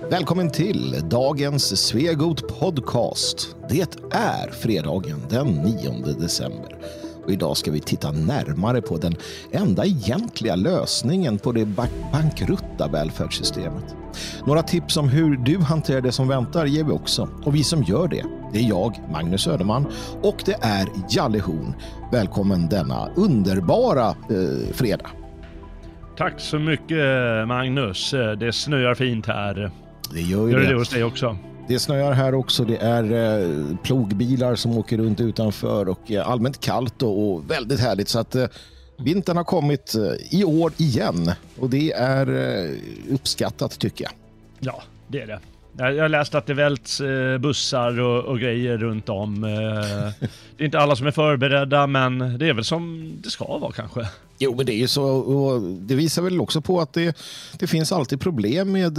Välkommen till dagens Svegot podcast. Det är fredagen den 9 december. Och idag ska vi titta närmare på den enda egentliga lösningen på det bankrutta välfärdssystemet. Några tips om hur du hanterar det som väntar ger vi också. Och vi som gör det är jag, Magnus Söderman, och det är Jalle Horn. Välkommen denna underbara fredag. Tack så mycket, Magnus. Det snöar fint här. Det gör ju det hos dig också. Det snöar här också. Det är plogbilar som åker runt utanför och allmänt kallt och väldigt härligt. Så att vintern har kommit i år igen och det är uppskattat tycker jag. Ja, det är det. Jag har läst att det välts bussar och grejer runt om. Det är inte alla som är förberedda, men det är väl som det ska vara kanske. Jo, men det är ju så, och det visar väl också på att det finns alltid problem med...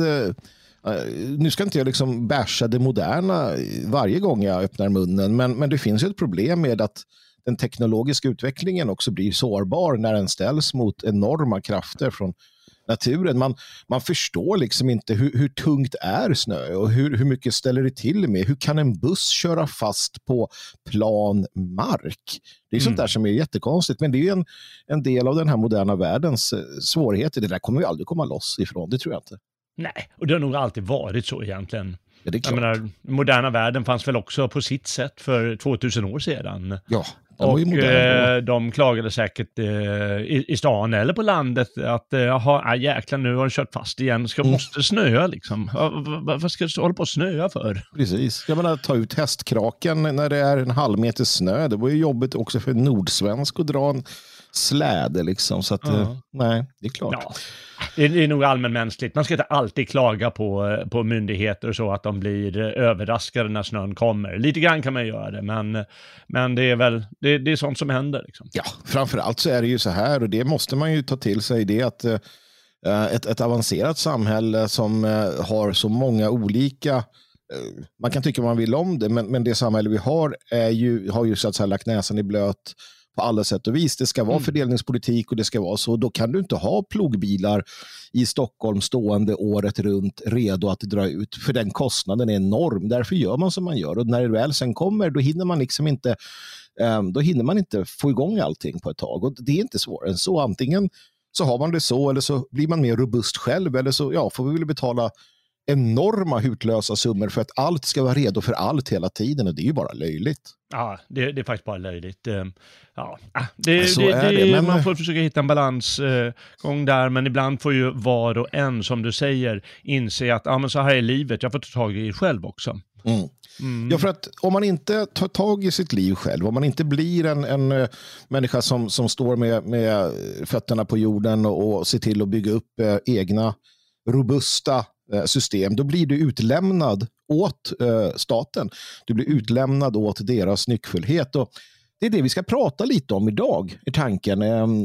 Nu ska inte jag liksom basha det moderna varje gång jag öppnar munnen, men det finns ju ett problem med att den teknologiska utvecklingen också blir sårbar när den ställs mot enorma krafter från naturen. Man förstår liksom inte hur tungt är snö och hur mycket ställer det till med. Hur kan en buss köra fast på plan mark? Det är sånt där som är jättekonstigt, men det är ju en del av den här moderna världens svårigheter. Det där kommer vi aldrig komma loss ifrån, det tror jag inte. Nej, och det har nog alltid varit så egentligen. Ja, det är klart. Jag menar, moderna världen fanns väl också på sitt sätt för 2000 år sedan. Ja, och de klagade säkert i stan eller på landet att jäklar, nu har de kört fast igen. Måste snöa liksom. Vad ska det hålla på att snöa för? Precis. Jag menar, ta ut hästkraken när det är en halv meter snö. Det var ju jobbigt också för en nordsvensk att dra en släde liksom. Så att, nej, det är klart. Ja. Det är nog allmänmänskligt. Man ska inte alltid klaga på myndigheter och så att de blir överraskade när snön kommer. Lite grann kan man göra det, men det är väl det är sånt som händer. Liksom. Ja, framförallt så är det ju så här, och det måste man ju ta till sig, det att ett avancerat samhälle som har så många olika, man kan tycka vad man vill om det, men det samhälle vi har har ju så att säga lagt näsan i blöt på alla sätt och vis. Det ska vara fördelningspolitik och det ska vara så. Då kan du inte ha plogbilar i Stockholm stående året runt redo att dra ut. För den kostnaden är enorm. Därför gör man som man gör. Och när det väl sen kommer, då hinner man inte få igång allting på ett tag. Och det är inte svårare än så. Antingen så har man det så, eller så blir man mer robust själv, eller så får vi väl betala enorma hutlösa summor för att allt ska vara redo för allt hela tiden, och det är ju bara löjligt. Ja, det är faktiskt bara löjligt. Ja, man får försöka hitta en balansgång där, men ibland får ju var och en, som du säger, inse att men så här är livet, jag får ta tag i det själv också. Ja, för att om man inte tar tag i sitt liv själv, om man inte blir en människa som står med fötterna på jorden och ser till att bygga upp egna robusta system, då blir du utlämnad åt staten. Du blir utlämnad åt deras nyckfullhet, och det är det vi ska prata lite om idag, i tanken.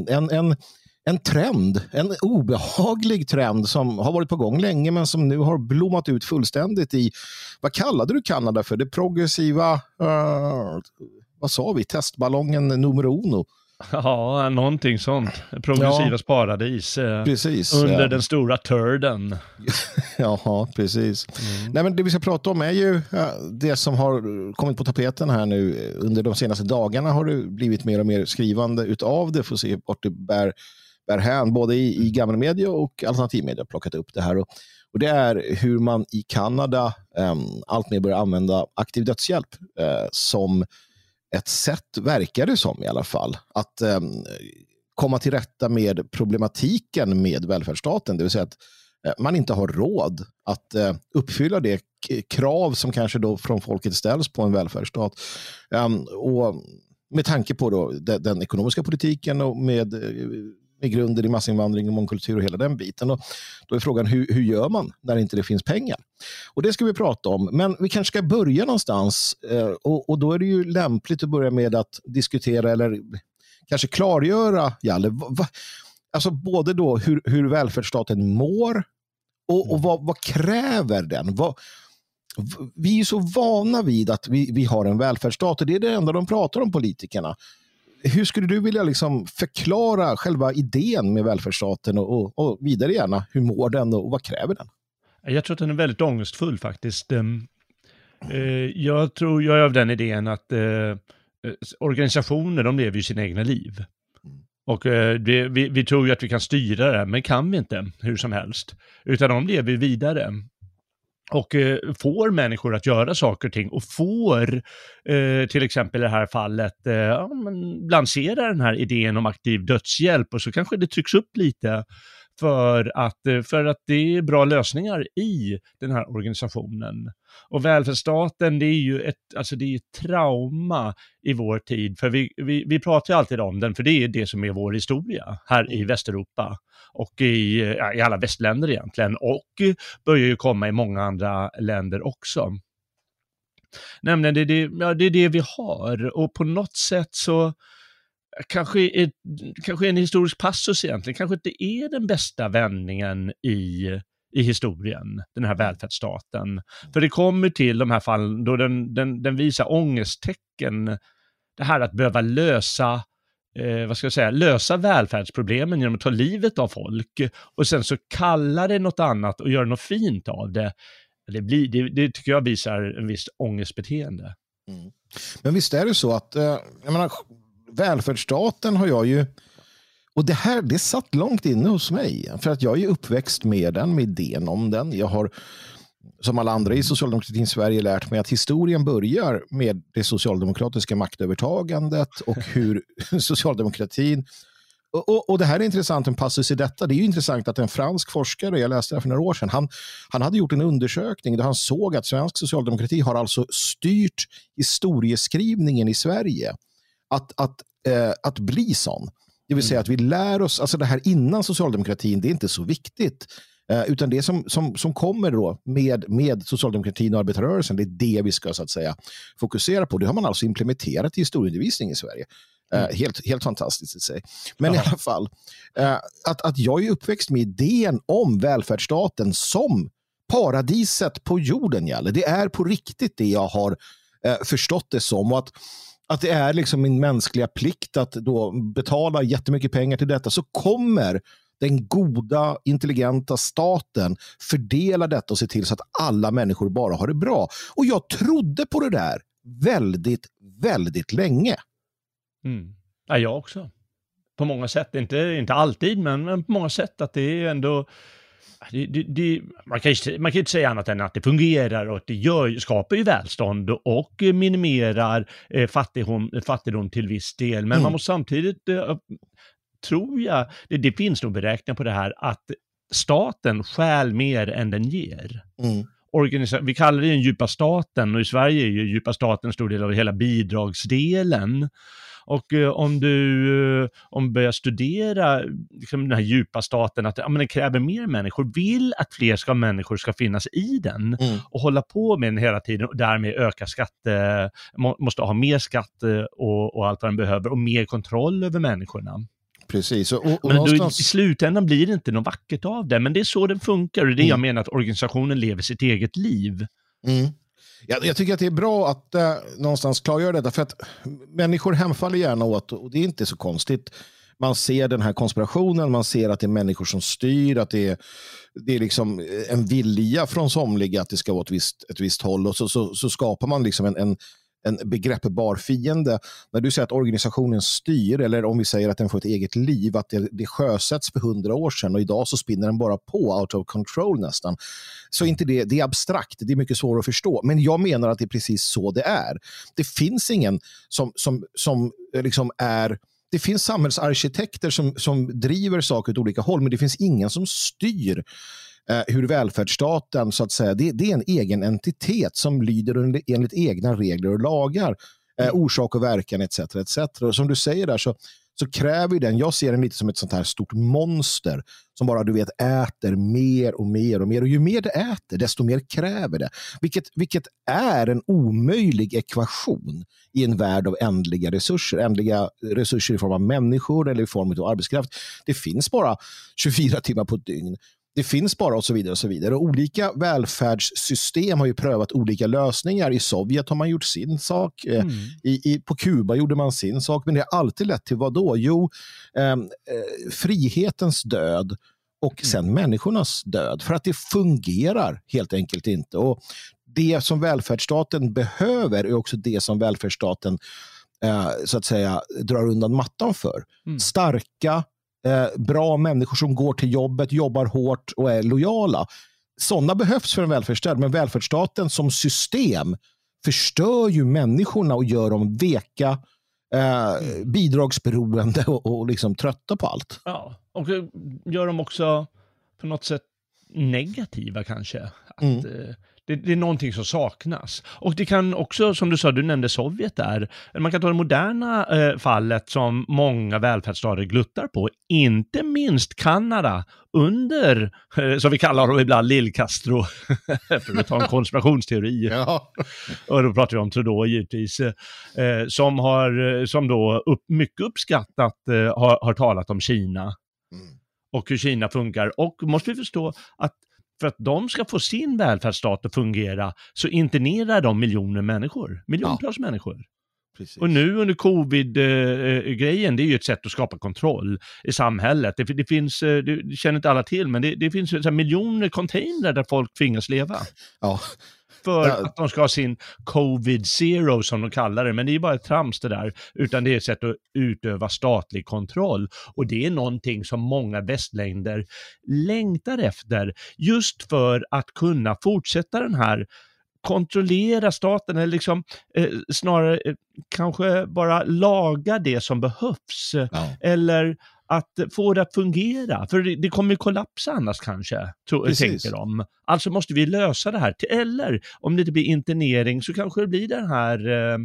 En trend, en obehaglig trend som har varit på gång länge, men som nu har blommat ut fullständigt i, vad kallade du Kanada för? Det progressiva, vad sa vi? Testballongen numero uno. Ja, någonting sånt. Progressiva paradis. Precis. Under den stora turden. Ja, precis. Nej, men det vi ska prata om är ju det som har kommit på tapeten här nu. Under de senaste dagarna har det blivit mer och mer skrivande utav det. Får se vart det bär hän. Både i gamla media och alternativmedia har plockat upp det här. Och det är hur man i Kanada allt mer börjar använda aktiv dödshjälp som ett sätt, verkar det som i alla fall, att komma till rätta med problematiken med välfärdsstaten. Det vill säga att man inte har råd att uppfylla det krav som kanske då från folket ställs på en välfärdsstat. Och med tanke på då den ekonomiska politiken och med grunden i massinvandring och mångkultur och hela den biten. Och då är frågan, hur gör man när inte det finns pengar? Och det ska vi prata om. Men vi kanske ska börja någonstans, och då är det ju lämpligt att börja med att diskutera eller kanske klargöra, Jalle, alltså både då hur välfärdsstaten mår och vad kräver den? Vi är ju så vana vid att vi har en välfärdsstat, och det är det enda de pratar om, politikerna. Hur skulle du vilja liksom förklara själva idén med välfärdsstaten och vidare gärna, hur mår den och vad kräver den? Jag tror att den är väldigt ångestfull faktiskt. Jag är av den idén att organisationer, de lever ju sina egna liv. Och vi tror ju att vi kan styra det, men kan vi inte hur som helst. Utan de lever vidare. Och får människor att göra saker och ting och får till exempel i det här fallet lansera den här idén om aktiv dödshjälp, och så kanske det trycks upp lite för att det är bra lösningar i den här organisationen. Och välfärdsstaten, det är ju ett trauma i vår tid, för vi pratar ju alltid om den, för det är det som är vår historia här i Västeuropa och i alla västländer egentligen, och börjar ju komma i många andra länder också. Nämligen det är det vi har, och på något sätt så kanske en historisk passus egentligen, kanske inte är den bästa vändningen i historien, den här välfärdsstaten. För det kommer till de här fallen då den visar ångesttecken, det här att behöva lösa välfärdsproblemen genom att ta livet av folk, och sen så kallar det något annat och gör något fint av det. Det tycker jag visar en viss ångestbeteende. Mm. Men visst är det så att välfärdsstaten har jag ju, och det satt långt inne hos mig, för att jag är uppväxt med idén om den. Jag har, som alla andra i socialdemokratin i Sverige, lärt mig att historien börjar med det socialdemokratiska maktövertagandet och hur socialdemokratin, och det här är intressant, en passus i detta. Det är ju intressant att en fransk forskare, jag läste det för några år sedan, han hade gjort en undersökning där han såg att svensk socialdemokrati har alltså styrt historieskrivningen i Sverige att bli sån. Det vill säga att vi lär oss, alltså det här innan socialdemokratin, det är inte så viktigt. Utan det som kommer då med socialdemokratin och arbetarrörelsen, det är det vi ska så att säga fokusera på. Det har man alltså implementerat i historieundervisning i Sverige. Helt fantastiskt att säga. Men i alla fall, att jag är uppväxt med idén om välfärdsstaten som paradiset på jorden, Jalle. Det är på riktigt det jag har förstått det som, och att det är liksom min mänskliga plikt att då betala jättemycket pengar till detta, så kommer den goda, intelligenta staten fördela detta och se till så att alla människor bara har det bra. Och jag trodde på det där väldigt, väldigt länge. Ja, jag också. På många sätt, inte alltid, men på många sätt, att det är ändå... Man kan inte säga annat än att det fungerar, och att det skapar ju välstånd och minimerar fattigdom till viss del. Men man måste samtidigt, tror jag, det finns nog beräkningar på det här, att staten stjäl mer än den ger. Vi kallar det den djupa staten, och i Sverige är ju djupa staten en stor del av hela bidragsdelen. Och om du börjar studera liksom den här djupa staten, att den kräver mer människor, vill att fler människor ska finnas i den och hålla på med den hela tiden, och därmed öka måste ha mer skatt och allt vad den behöver, och mer kontroll över människorna. Precis. Men någonstans... i slutändan blir det inte något vackert av det, men det är så den funkar, och det är jag menar, att organisationen lever sitt eget liv. Jag tycker att det är bra att någonstans klargöra detta, för att människor hemfaller gärna åt, och det är inte så konstigt. Man ser den här konspirationen, man ser att det är människor som styr, att det är liksom en vilja från somliga att det ska vara ett visst håll, och så skapar man liksom en begreppbar fiende. När du säger att organisationen styr, eller om vi säger att den får ett eget liv, att det sjösätts för 100 år sedan och idag så spinner den bara på, out of control nästan, så inte det är abstrakt, det är mycket svårare att förstå, men jag menar att det är precis så det är. Det finns ingen som liksom är, det finns samhällsarkitekter som driver saker åt olika håll, men det finns ingen som styr hur välfärdsstaten, så att säga, det är en egen entitet som lyder enligt egna regler och lagar, orsak och verkan etc. Och som du säger där, så kräver den, jag ser den lite som ett sånt här stort monster som bara, du vet, äter mer och mer och mer, och ju mer det äter desto mer kräver det, vilket är en omöjlig ekvation i en värld av ändliga resurser i form av människor eller i form av arbetskraft. Det finns bara 24 timmar på ett dygn. Det finns bara, och så vidare och så vidare. Och olika välfärdssystem har ju prövat olika lösningar. I Sovjet har man gjort sin sak. På Kuba gjorde man sin sak. Men det har alltid lett till vad då? Jo, frihetens död och sen människornas död. För att det fungerar helt enkelt inte. Och det som välfärdsstaten behöver är också det som välfärdsstaten så att säga drar undan mattan för. Starka, bra människor som går till jobbet, jobbar hårt och är lojala. Sådana behövs för en välfärdsstat, men välfärdsstaten som system förstör ju människorna och gör dem veka, bidragsberoende och liksom trötta på allt. Ja, och gör dem också på något sätt negativa kanske. Att, det är någonting som saknas. Och det kan också, som du sa, du nämnde Sovjet där. Man kan ta det moderna fallet som många välfärdsstater gluttar på. Inte minst Kanada under, som vi kallar dem ibland, Lill-Castro. För att ta en konspirationsteori. Ja. Och då pratar vi om Trudeau givetvis. Som då mycket uppskattat har talat om Kina. Och hur Kina funkar. Och måste vi förstå att för att de ska få sin välfärdsstat att fungera så internerar de miljontals människor. Precis. Och nu under covid-grejen, det är ju ett sätt att skapa kontroll i samhället. Det finns, det känner inte alla till, men det finns så här miljoner containrar där folk tvingas leva. Ja. För att de ska ha sin covid-zero som de kallar det. Men det är bara ett trams det där. Utan det är ett sätt att utöva statlig kontroll. Och det är någonting som många västländer längtar efter. Just för att kunna fortsätta den här kontrollera staten. Eller liksom snarare kanske bara laga det som behövs. Ja. Eller att få det att fungera. För det kommer ju kollapsa annars kanske, tänker de. Alltså måste vi lösa det här. Eller om det inte blir internering så kanske det blir den här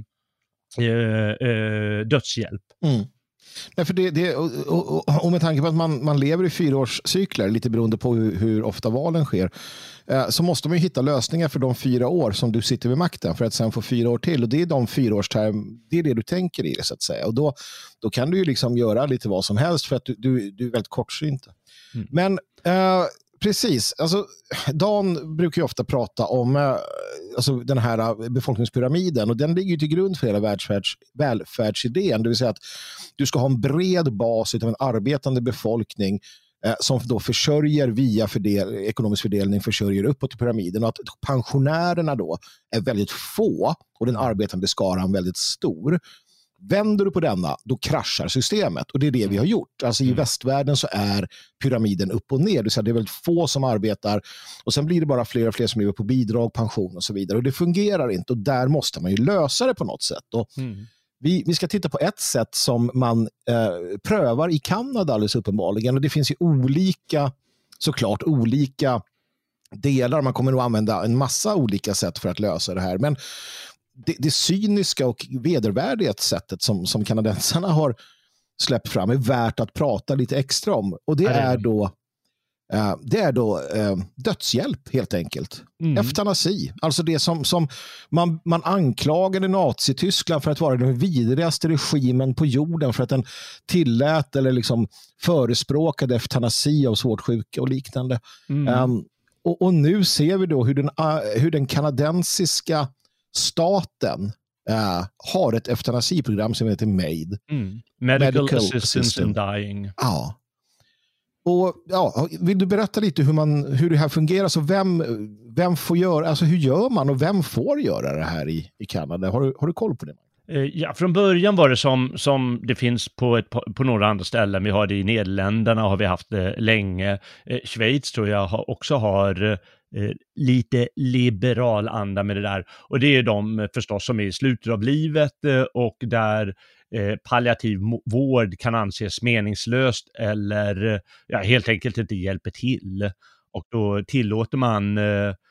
dödshjälp. Nej, för och med tanke på att man lever i 4-årscykler, lite beroende på hur ofta valen sker, så måste man ju hitta lösningar för de 4 år som du sitter vid makten för att sen få 4 år till. Och det är de 4-årsterm, det är det du tänker i det, så att säga. Och då kan du ju liksom göra lite vad som helst för att du är väldigt kortsynt. Men precis, alltså Dan brukar ju ofta prata om alltså den här befolkningspyramiden, och den ligger ju till grund för hela välfärdsidén, det vill säga att du ska ha en bred bas av en arbetande befolkning som då försörjer via ekonomisk fördelning, försörjer uppåt i pyramiden, och att pensionärerna då är väldigt få och den arbetande skaran väldigt stor. Vänder du på denna, då kraschar systemet. Och det är det vi har gjort. Alltså i västvärlden så är pyramiden upp och ner. Det är väldigt få som arbetar. Och sen blir det bara fler och fler som lever på bidrag, pension och så vidare. Och det fungerar inte. Och där måste man ju lösa det på något sätt. Och vi ska titta på ett sätt som man prövar i Kanada alldeles uppenbarligen. Och det finns ju olika delar. Man kommer att använda en massa olika sätt för att lösa det här. Men det cyniska och vedervärdiga sättet som kanadensarna har släppt fram är värt att prata lite extra om. Och det är då dödshjälp helt enkelt. Eutanasi. Alltså det som man anklagade Nazityskland för att vara den vidrigaste regimen på jorden för att den tillät eller liksom förespråkade eutanasi av svårt sjuka och liknande. Och nu ser vi då hur den kanadensiska staten har ett eutanasiprogram som heter MAID. Medical Assistance in Dying. Ja. Och vill du berätta lite hur det här fungerar? Så vem får göra, alltså hur gör man och vem får göra det här i Kanada? Har du koll på det? Ja, från början var det som det finns på några andra ställen. Vi har det i Nederländerna, har vi haft det länge. Schweiz tror jag också har lite liberal anda med det där. Och det är de förstås som är i slutet av livet och där palliativ vård kan anses meningslöst eller helt enkelt inte hjälper till. Och då tillåter man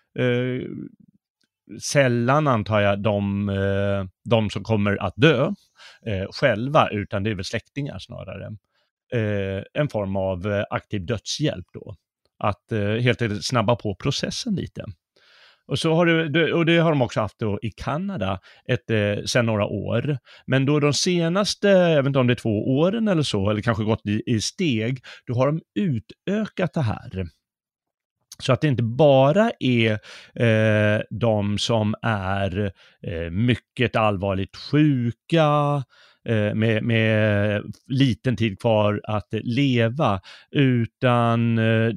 sällan, antar jag, de som kommer att dö själva, utan det är väl släktingar snarare. En form av aktiv dödshjälp då. Att helt enkelt snabba på processen lite. Och det har de också haft då i Kanada sedan några år. Men då de senaste, jag vet inte om det är 2 åren eller så, eller kanske gått i steg, då har de utökat det här. Så att det inte bara är de som är mycket allvarligt sjuka med liten tid kvar att leva, utan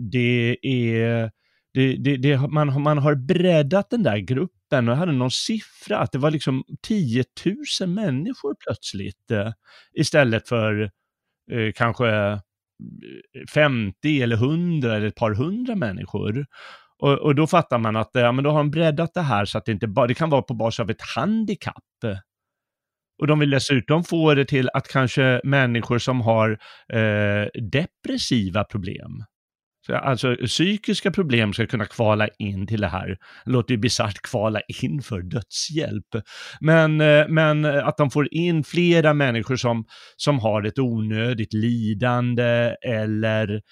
man har breddat den där gruppen, och jag hade någon siffra att det var liksom 10 000 människor plötsligt istället för kanske 50 eller 100 eller ett par hundra människor. Och då fattar man att men då har de breddat det här så att det kan vara på basis av ett handikapp. Och de vill dessutom få det till att kanske människor som har depressiva problem, alltså psykiska problem, ska kunna kvala in till det här. Det låter ju bisarrt, kvala in för dödshjälp. Men att de får in flera människor som har ett onödigt lidande, eller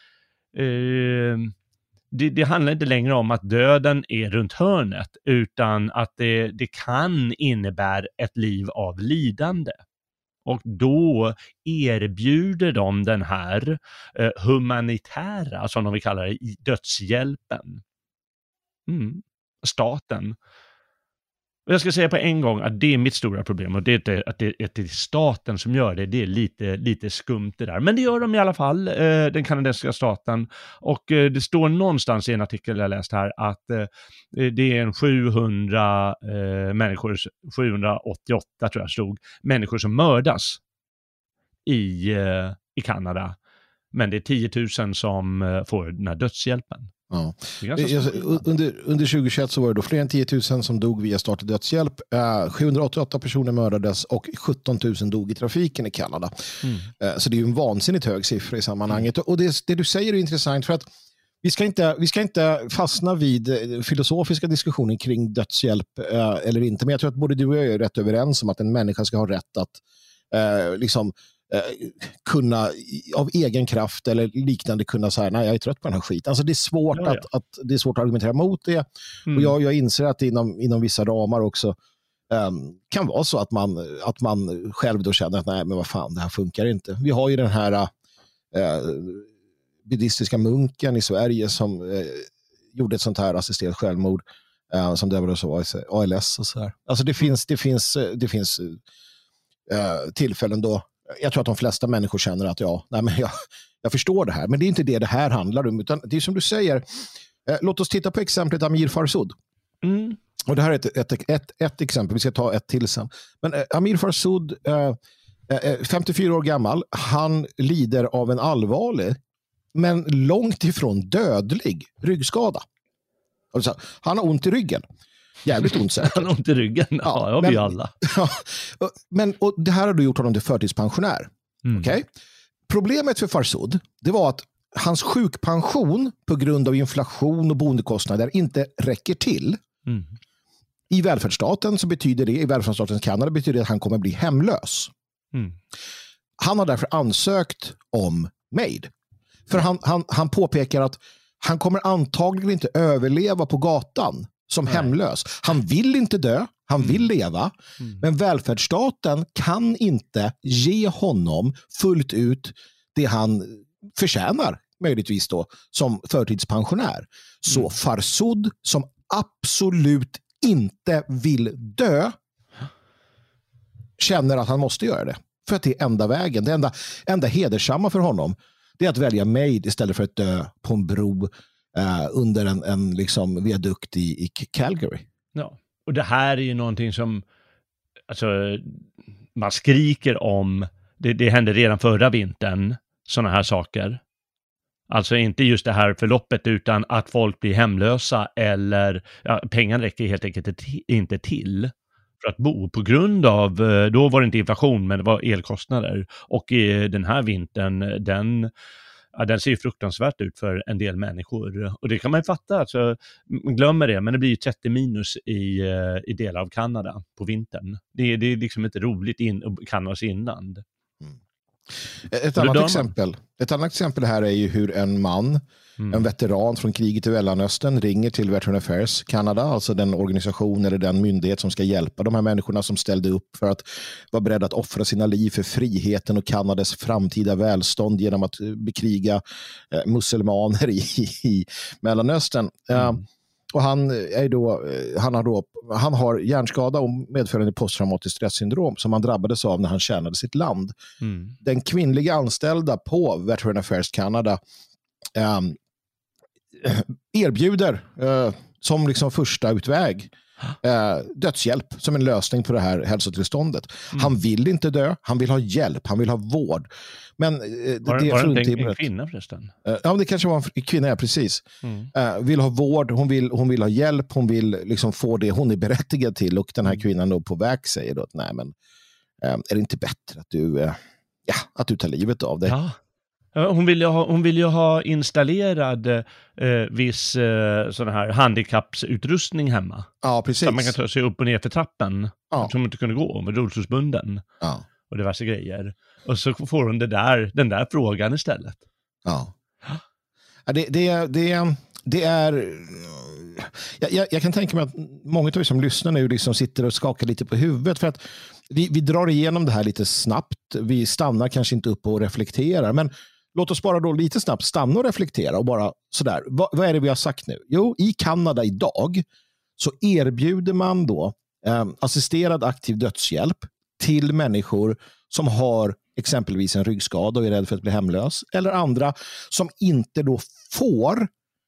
det handlar inte längre om att döden är runt hörnet, utan att det kan innebära ett liv av lidande. Och då erbjuder de den här humanitära, som de vill kalla det, dödshjälpen. Staten. Och jag ska säga på en gång att det är mitt stora problem, och det är att det är staten som gör det. Det är lite skumt det där. Men det gör de i alla fall, den kanadensiska staten. Och det står någonstans i en artikel jag läst här att det är en 700 människor, 788 tror jag stod, människor som mördas i Kanada. Men det är 10 000 som får den här dödshjälpen. Ja. Under 2021 så var det då fler än 10 000 som dog via statlig dödshjälp. 788 personer mördades och 17 000 dog i trafiken i Kanada. Så det är ju en vansinnigt hög siffra i sammanhanget. Och det du säger är intressant, för att vi ska inte fastna vid filosofiska diskussioner kring dödshjälp eller inte. Men jag tror att både du och jag är rätt överens om att en människa ska ha rätt att kunna av egen kraft eller liknande kunna säga nej, jag är trött på den här skiten. Alltså det är svårt det är svårt att argumentera mot det. Och jag inser att inom vissa ramar också kan vara så att man själv då känner att nej, men vad fan, det här funkar inte. Vi har ju den här buddhistiska munken i Sverige som gjorde ett sånt här assisterat självmord som det var så ALS och så här. Alltså det finns tillfällen då jag tror att de flesta människor känner att jag förstår det här. Men det är inte det här handlar om. Utan det är som du säger, låt oss titta på exemplet Amir Farsood. Och det här är ett exempel, vi ska ta ett till sen. Men Amir Farsood, 54 år gammal, han lider av en allvarlig men långt ifrån dödlig ryggskada. Alltså, han har ont i ryggen. Jävligt ont säkert. Han har ont i ryggen, ja, har vi alla. Och det här har du gjort honom till förtidspensionär. Okay? Problemet för Farsood, det var att hans sjukpension på grund av inflation och boendekostnader inte räcker till. I välfärdsstaten så betyder det, i välfärdsstatens Kanada betyder det att han kommer bli hemlös. Han har därför ansökt om MAID. För han påpekar att han kommer antagligen inte överleva på gatan som hemlös. Han vill inte dö, han vill leva. Men välfärdsstaten kan inte ge honom fullt ut det han förtjänar, möjligtvis då, som förtidspensionär. Så Farsood, som absolut inte vill dö, känner att han måste göra det. För att det är enda vägen. Det enda hedersamma för honom, det är att välja MAID istället för att dö på en bro under en liksom viadukt i Calgary. Ja, och det här är ju någonting som alltså, man skriker om. Det hände redan förra vintern, sådana här saker. Alltså inte just det här förloppet, utan att folk blir hemlösa eller pengarna räcker helt enkelt inte till för att bo på grund av, då var det inte inflation men det var elkostnader. Och den här vintern, den ser ju fruktansvärt ut för en del människor. Och det kan man ju fatta, alltså, man glömmer det, men det blir ju 30 minus i delar av Kanada på vintern. Det är liksom inte roligt i Kanadas inland. Ett annat exempel här är ju hur en man, en veteran från kriget i Mellanöstern, ringer till Veteran Affairs Canada, alltså den organisation eller den myndighet som ska hjälpa de här människorna som ställde upp för att vara beredda att offra sina liv för friheten och Kanadas framtida välstånd genom att bekriga muselmaner i Mellanöstern. Och han har hjärnskada och medföljande posttraumatiskt stressyndrom som han drabbades av när han tjänade sitt land. Den kvinnliga anställda på Veteran Affairs Canada erbjuder som liksom första utväg dödshjälp som en lösning på det här hälsotillståndet. Han vill inte dö, han vill ha hjälp, han vill ha vård. Men var det en kvinna förresten? Ja, det kanske var en kvinna, precis. Vill ha vård, hon vill ha hjälp, hon vill liksom få det hon är berättigad till, och den här kvinnan då på väg säger då att nej, men är det inte bättre att du tar livet av dig? Ja. Hon vill ju ha installerad viss sån här handikappsutrustning hemma. Ja, precis. Så att man kan ta sig upp och ner för trappen. Som inte kunde gå med rullstolsbunden. Ja. Och diverse grejer. Och så får hon den där frågan istället. Ja. Det är... Jag kan tänka mig att många av er som lyssnar nu liksom sitter och skakar lite på huvudet, för att vi drar igenom det här lite snabbt. Vi stannar kanske inte upp och reflekterar, men låt oss bara då lite snabbt stanna och reflektera och bara sådär. Vad är det vi har sagt nu? Jo, i Kanada idag så erbjuder man då assisterad aktiv dödshjälp till människor som har exempelvis en ryggskada och är rädd för att bli hemlös, eller andra som inte då får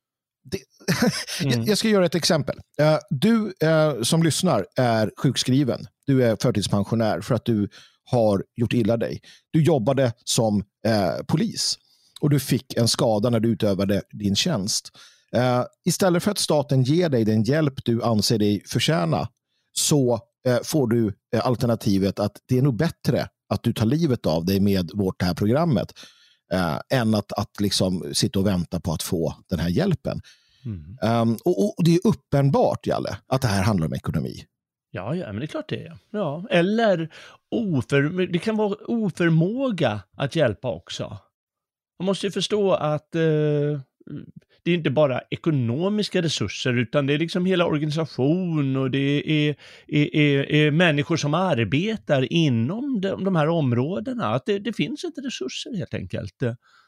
Jag ska göra ett exempel. Du som lyssnar är sjukskriven. Du är förtidspensionär för att du har gjort illa dig. Du jobbade som polis och du fick en skada när du utövade din tjänst. Istället för att staten ger dig den hjälp du anser dig förtjäna, så får du alternativet att det är nog bättre att du tar livet av dig med det här programmet än att liksom sitta och vänta på att få den här hjälpen. Och det är uppenbart, Jalle, att det här handlar om ekonomi. Ja, men det är klart det är. Ja. Eller det kan vara oförmåga att hjälpa också. Man måste ju förstå att det är inte bara ekonomiska resurser, utan det är liksom hela organisation, och det är människor som arbetar inom de här områdena. Att det finns inte resurser helt enkelt.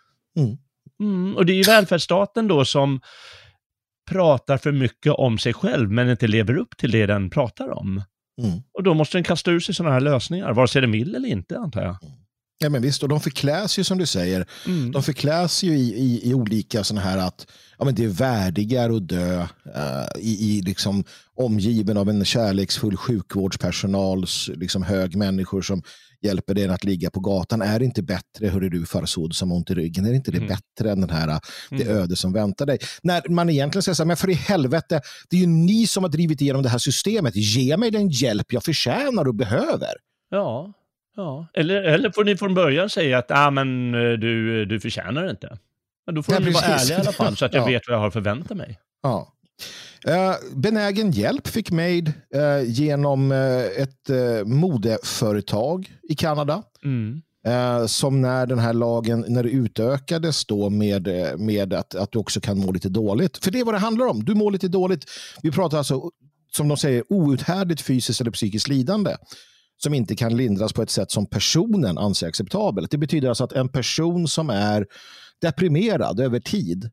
Och det är ju välfärdsstaten då som pratar för mycket om sig själv men inte lever upp till det den pratar om. Och då måste den kasta ur sig sådana här lösningar, vare sig den vill eller inte, antar jag. Ja, men visst, och de förkläs ju som du säger. De förkläs ju i olika sådana här att men det är värdigare att dö i liksom omgiven av en kärleksfull sjukvårdspersonal, liksom hög människor som hjälper dig att ligga på gatan. Är det inte bättre, hörru du farsod som ont i ryggen, är det inte det bättre än den här, det öde som väntar dig? När man egentligen säger så här, men för i helvete, det är ju ni som har drivit igenom det här systemet. Ge mig den hjälp jag förtjänar och behöver. Ja. Eller får ni från början säga att men du förtjänar det inte. Men då får ni vara ärliga i alla fall, så att jag vet vad jag har förväntat mig. Ja. Benägen hjälp fick Made genom ett modeföretag i Kanada. Som när den här lagen, när det utökades då med att du också kan må lite dåligt. För det är vad det handlar om. Du mår lite dåligt. Vi pratar alltså, som de säger, outhärdligt fysiskt eller psykiskt lidande som inte kan lindras på ett sätt som personen anser acceptabelt. Det betyder alltså att en person som är deprimerad över tid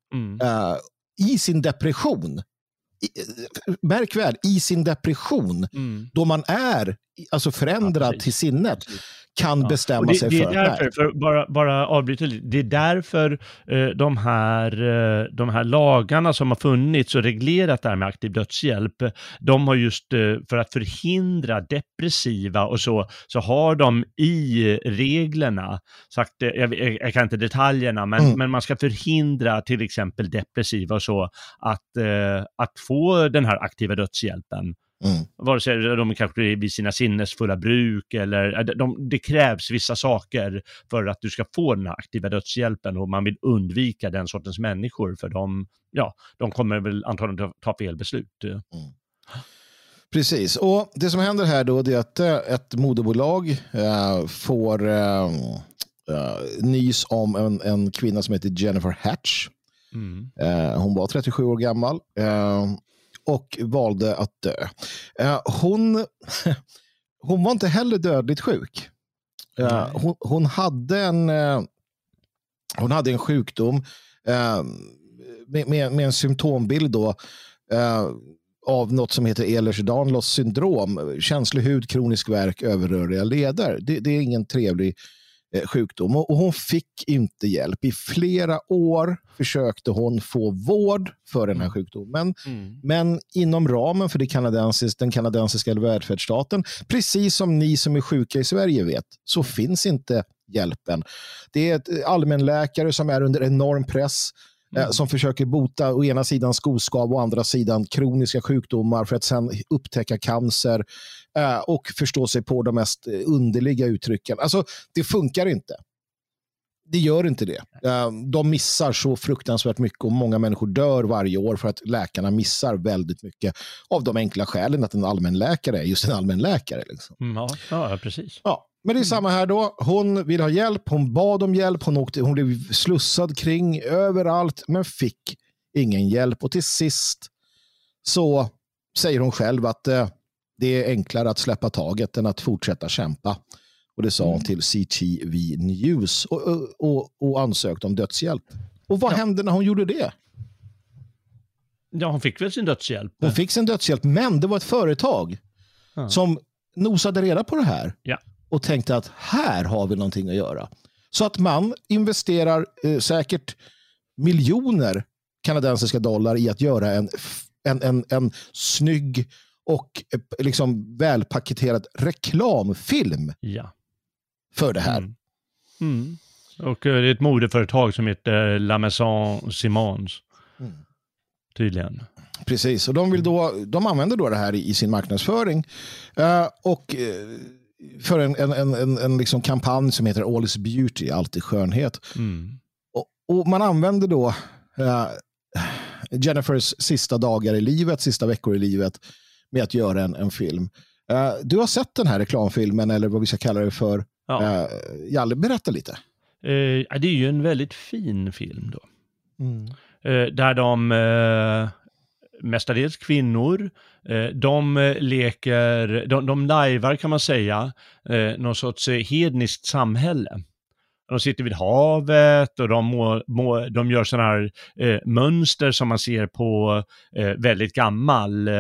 i sin depression, märk väl, i sin depression, då man är alltså förändrad till sinnet, kan bestämma sig för. Det är därför, för bara avbryta lite, det är därför de här lagarna som har funnits och reglerat det här med aktiv dödshjälp, de har just för att förhindra depressiva och så har de i reglerna sagt, jag kan inte detaljerna, men man ska förhindra till exempel depressiva och så att få den här aktiva dödshjälpen. Vare sig de kanske vid sina sinnesfulla bruk eller det krävs vissa saker för att du ska få den här aktiva dödshjälpen, och man vill undvika den sortens människor, för de kommer väl antagligen ta fel beslut. Precis, och det som händer här då, det är att ett moderbolag får nys om en kvinna som heter Jennifer Hatch. Hon var 37 år gammal och valde att dö. Hon var inte heller dödligt sjuk. Hon hade en sjukdom med en symptombild då, av något som heter Ehlers-Danlos syndrom, känslig hud, kronisk värk, överrörliga leder. Det är ingen trevlig sjukdom, och hon fick inte hjälp. I flera år försökte hon få vård för den här sjukdomen, men inom ramen för den kanadensiska välfärdsstaten, precis som ni som är sjuka i Sverige vet, så finns inte hjälpen. Det är ett allmänläkare som är under enorm press, som försöker bota å ena sidan skoskav och å andra sidan kroniska sjukdomar för att sedan upptäcka cancer och förstå sig på de mest underliga uttrycken. Alltså, det funkar inte. Det gör inte det. De missar så fruktansvärt mycket, och många människor dör varje år för att läkarna missar väldigt mycket av de enkla skälen att en allmänläkare är just en allmänläkare. Liksom. Ja, precis. Ja. Men det är samma här då. Hon vill ha hjälp. Hon bad om hjälp. Hon blev slussad kring överallt, men fick ingen hjälp. Och till sist så säger hon själv att det är enklare att släppa taget än att fortsätta kämpa. Och det sa hon till CTV News och ansökte om dödshjälp. Och vad hände när hon gjorde det? Ja, hon fick väl sin dödshjälp. Hon fick sin dödshjälp, men det var ett företag som nosade reda på det här. Ja. Och tänkte att här har vi någonting att göra. Så att man investerar säkert miljoner kanadensiska dollar i att göra en snygg och liksom välpaketerad reklamfilm för det här. Och det är ett modeföretag som heter La Maison Simons. Tydligen. Precis, och de använder då det här i sin marknadsföring. Och för en liksom kampanj som heter All is Beauty, allt är skönhet. Och man använder då Jennifers sista dagar i livet, sista veckor i livet med att göra en film. Du har sett den här reklamfilmen, eller vad vi ska kalla det för. Jalle, berätta lite. Det är ju en väldigt fin film då. Där de mestadels kvinnor, de leker, de lajvar kan man säga, någon sorts hedniskt samhälle. De sitter vid havet och de gör sådana här mönster som man ser på väldigt gammal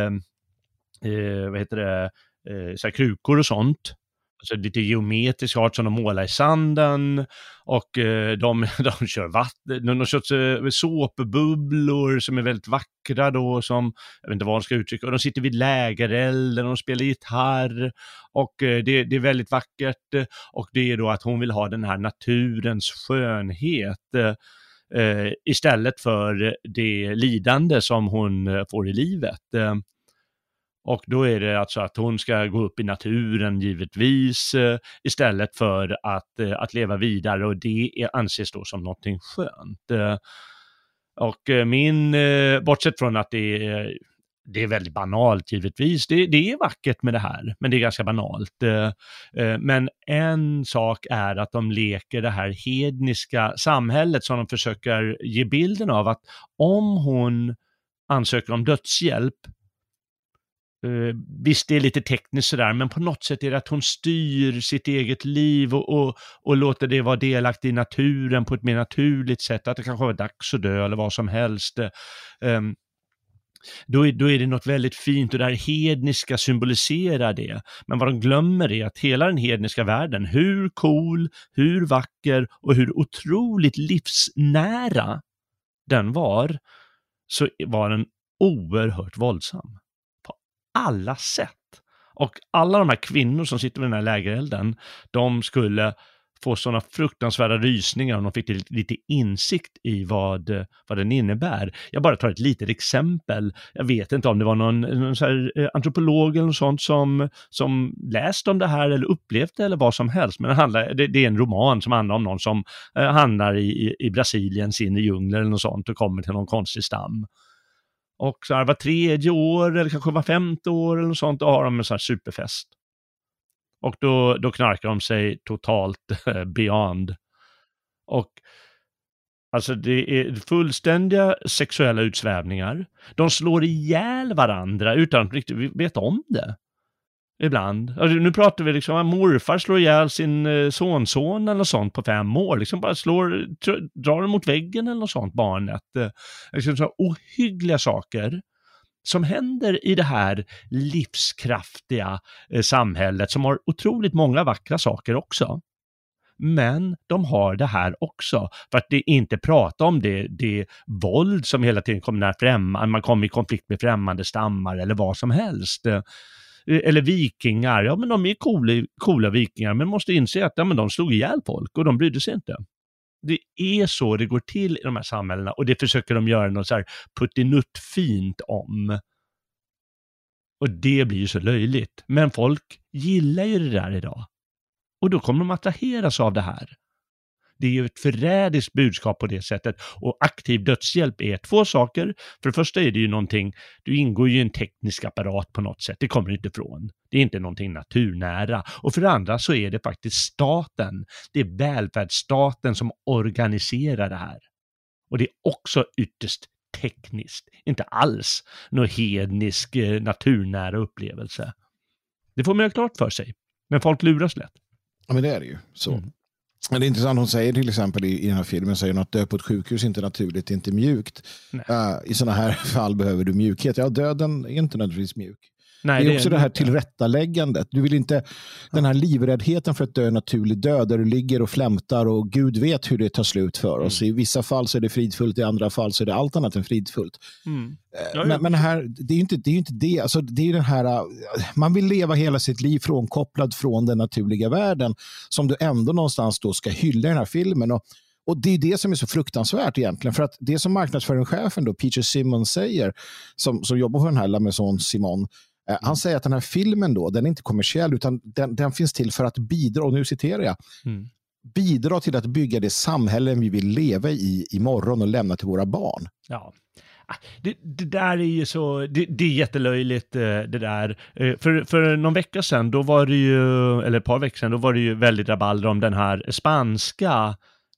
så här krukor och sånt. Alltså lite geometrisk art som de målar i sanden, och de kör vatten, de kör såpbubblor som är väldigt vackra då, som jag vet inte vad de ska uttrycka, och de sitter vid lägerelden och de spelar gitarr, och det är väldigt vackert, och det är då att hon vill ha den här naturens skönhet istället för det lidande som hon får i livet. Och då är det alltså att hon ska gå upp i naturen givetvis istället för att leva vidare, och det anses då som någonting skönt. Och bortsett från att det är väldigt banalt givetvis, det är vackert med det här, men det är ganska banalt. Men en sak är att de leker det här hedniska samhället som de försöker ge bilden av, att om hon ansöker om dödshjälp, visst det är lite tekniskt sådär, men på något sätt är det att hon styr sitt eget liv och låter det vara delaktig i naturen på ett mer naturligt sätt, att det kanske var dags att dö eller vad som helst. Då är det något väldigt fint, och det här hedniska symboliserar det. Men vad de glömmer är att hela den hedniska världen, hur cool, hur vacker och hur otroligt livsnära den var, så var den oerhört våldsam. Alla sätt. Och alla de här kvinnor som sitter vid den här lägerelden, de skulle få sådana fruktansvärda rysningar om de fick lite insikt i vad den innebär. Jag bara tar ett litet exempel. Jag vet inte om det var någon så här antropolog eller något sånt som läste om det här eller upplevde eller vad som helst. Men det är en roman som handlar om någon som hamnar i Brasiliens inre djungler eller något sånt och kommer till någon konstig stam. Och så här var 3:e år eller kanske var 5:e år eller något sånt, då har de en sån här superfest. Och då knarkar de sig totalt beyond. Och alltså det är fullständiga sexuella utsvävningar. De slår ihjäl varandra utan att riktigt veta om det. Ibland. Alltså, nu pratar vi liksom att morfar slår ihjäl sin sonson eller något sånt på 5 år. Liksom bara drar den mot väggen eller något sånt, barnet. Liksom så ohyggliga saker. som händer i det här livskraftiga samhället som har otroligt många vackra saker också. Men de har det här också, för att det inte prata om det våld som hela tiden kommer när främmande, man kommer i konflikt med främmande stammar eller vad som helst. Eller vikingar, ja men de är coola vikingar, men måste inse att ja, men de slog ihjäl folk och de brydde sig inte. Det är så det går till i de här samhällena, och det försöker de göra något så här puttinutt-fint om. Och det blir ju så löjligt. Men folk gillar ju det där idag. Och då kommer de attraheras av det här. Det är ju ett förrädiskt budskap på det sättet. Och aktiv dödshjälp är 2 saker. För det första är det ju någonting, du ingår ju i en teknisk apparat på något sätt. Det kommer du inte ifrån. Det är inte någonting naturnära. Och för det andra så är det faktiskt staten. Det är välfärdsstaten som organiserar det här. Och det är också ytterst tekniskt. Inte alls någon hednisk naturnära upplevelse. Det får man ha klart för sig. Men folk luras lätt. Ja, men det är det ju. Så. Men det är intressant, hon säger till exempel i den här filmen, säger hon att dö på ett sjukhus är inte naturligt, inte mjukt. I sådana här fall behöver du mjukhet. Ja, döden är inte nödvändigtvis mjuk. Nej, det är också det här tillrättaläggandet. Du vill inte den här livräddheten för att dö en naturlig död där du ligger och flämtar och Gud vet hur det tar slut för oss. I vissa fall så är det fridfullt, i andra fall så är det allt annat än fridfullt. Men här, det är ju inte det. Alltså, det är den här, man vill leva hela sitt liv frånkopplad från den naturliga världen som du ändå någonstans då ska hylla i den här filmen. Och det är det som är så fruktansvärt egentligen. För att det som marknadsföringschefen då, Peter Simmons säger, som jobbar på den här La Maison Simon, han säger att den här filmen då, den är inte kommersiell utan den finns till för att bidra, och nu citerar jag, bidra till att bygga det samhällen vi vill leva i imorgon och lämna till våra barn. Ja. Det där är ju så, det är jättelöjligt det där. För någon vecka sedan, då var det ju, eller ett par veckor sedan, då var det ju väldigt rabalder om den här spanska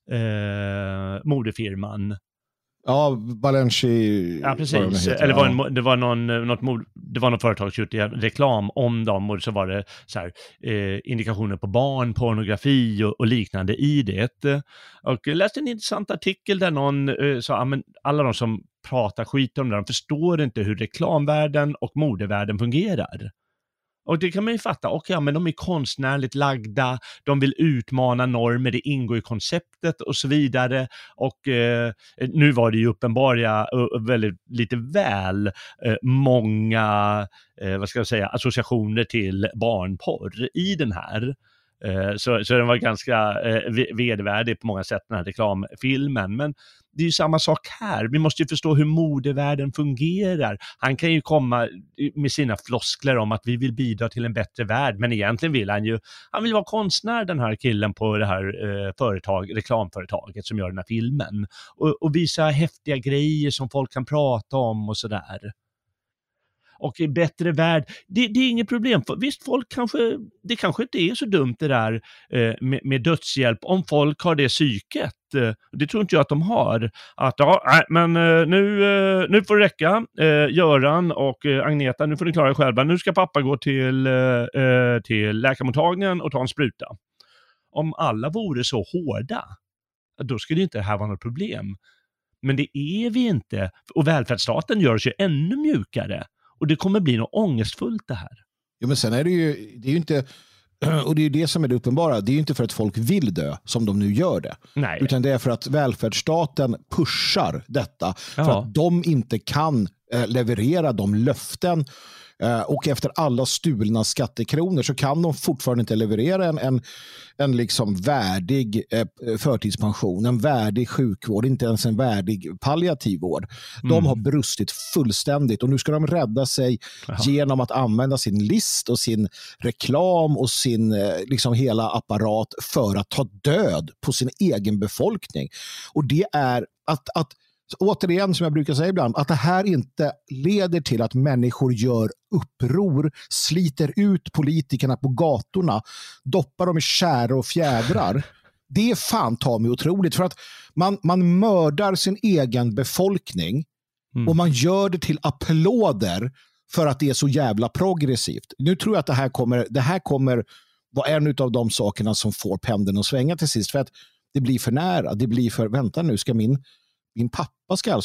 modefirman. Ja, Balenci. Ja, precis. Eller det var något företag som gjorde reklam om dem, och så var det så här, indikationer på barn, pornografi och liknande i det. Och jag läste en intressant artikel där någon sa att alla de som pratar skit om det, de förstår inte hur reklamvärlden och modevärlden fungerar. Och det kan man ju fatta, men de är konstnärligt lagda, de vill utmana normer, det ingår i konceptet och så vidare. Och nu var det ju uppenbara väldigt lite väl många associationer till barnporr i den här. Så den var ganska vedervärdig på många sätt, den här reklamfilmen. Men det är ju samma sak här. Vi måste ju förstå hur modevärlden fungerar. Han kan ju komma med sina floskler om att vi vill bidra till en bättre värld, men egentligen vill han vill vara konstnär, den här killen på det här reklamföretaget som gör den här filmen. Och visa häftiga grejer som folk kan prata om och sådär. Och i bättre värld, det är inget problem. Visst, det kanske inte är så dumt det där med dödshjälp om folk har det psyket. Det tror inte jag att de har. Att nu får det räcka. Göran och Agneta, nu får ni klara er själva. Nu ska pappa gå till läkarmottagningen och ta en spruta. Om alla vore så hårda, då skulle inte det här vara något problem. Men det är vi inte. Och välfärdsstaten gör sig ännu mjukare. Och det kommer bli något ångestfullt det här. Ja, men sen är det är ju inte, och det är ju det som är det uppenbara, det är ju inte för att folk vill dö som de nu gör det. Nej. Utan det är för att välfärdsstaten pushar detta. För att de inte kan leverera de löften, och efter alla stulna skattekronor så kan de fortfarande inte leverera en liksom värdig förtidspension, en värdig sjukvård, inte ens en värdig palliativ vård. De har brustit fullständigt och nu ska de rädda sig genom att använda sin list och sin reklam och sin liksom hela apparat för att ta död på sin egen befolkning. Och det är att återigen, som jag brukar säga ibland, att det här inte leder till att människor gör uppror, sliter ut politikerna på gatorna, doppar dem i kära och fjädrar. Det är fan ta mig otroligt, för att man mördar sin egen befolkning och man gör det till applåder för att det är så jävla progressivt. Nu tror jag att det här kommer vara en av de sakerna som får pendeln att svänga till sist, för att det blir för nära, det blir för, vänta nu, ska min pappa ska alltså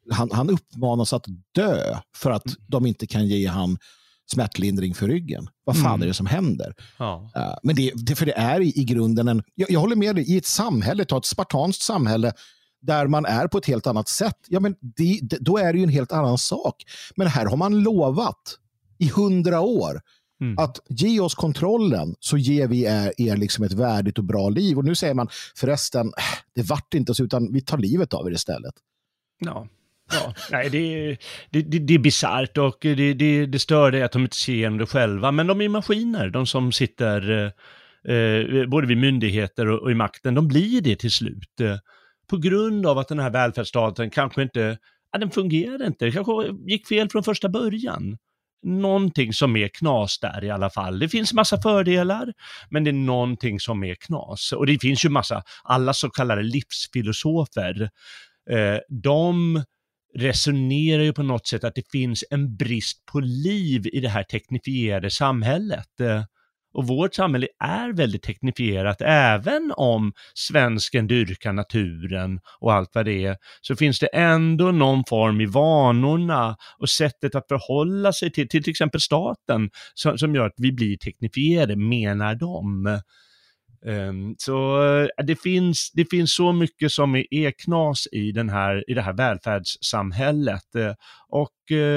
Han uppmanas att dö för att de inte kan ge han smärtlindring för ryggen. Vad fan är det som händer? Ja. Men för det är i grunden jag håller med dig, i ett samhälle, ett spartanskt samhälle där man är på ett helt annat sätt, ja men då är det ju en helt annan sak. Men här har man lovat i 100 år att ge oss kontrollen så ger vi er liksom ett värdigt och bra liv. Och nu säger man förresten, det vart inte så utan vi tar livet av er istället. Ja. Nej, det är bizarrt och det stör det att de inte ser igenom det själva. Men de är maskiner, de som sitter både vid myndigheter och i makten, de blir det till slut. På grund av att den här välfärdsstaten kanske inte, den fungerar inte. Det kanske gick fel från första början. Någonting som är knas där i alla fall. Det finns massa fördelar, men det är någonting som är knas. Och det finns ju alla så kallade livsfilosofer, de resonerar ju på något sätt att det finns en brist på liv i det här teknifierade samhället. Och vårt samhälle är väldigt teknifierat, även om svensken dyrkar naturen och allt vad det är, så finns det ändå någon form i vanorna och sättet att förhålla sig till exempel staten som gör att vi blir teknifierade, menar de. Så det finns så mycket som är knas i det här välfärdssamhället. Och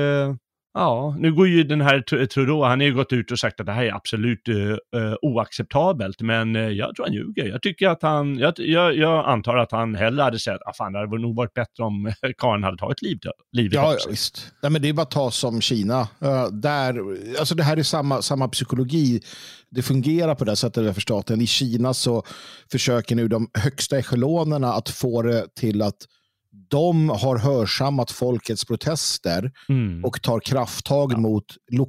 nu går ju den här Trudeau, han har ju gått ut och sagt att det här är absolut oacceptabelt, men jag tror han ljuger. Jag tycker att jag antar att han hellre hade sagt att fan, det hade nog varit bättre om Karin hade tagit livet ja, också. Visst. Nej, men det är bara att ta som Kina. Alltså det här är samma psykologi. Det fungerar på det sättet för staten. I Kina så försöker nu de högsta echelonerna att få det till att de har hörsammat folkets protester och tar krafttag mot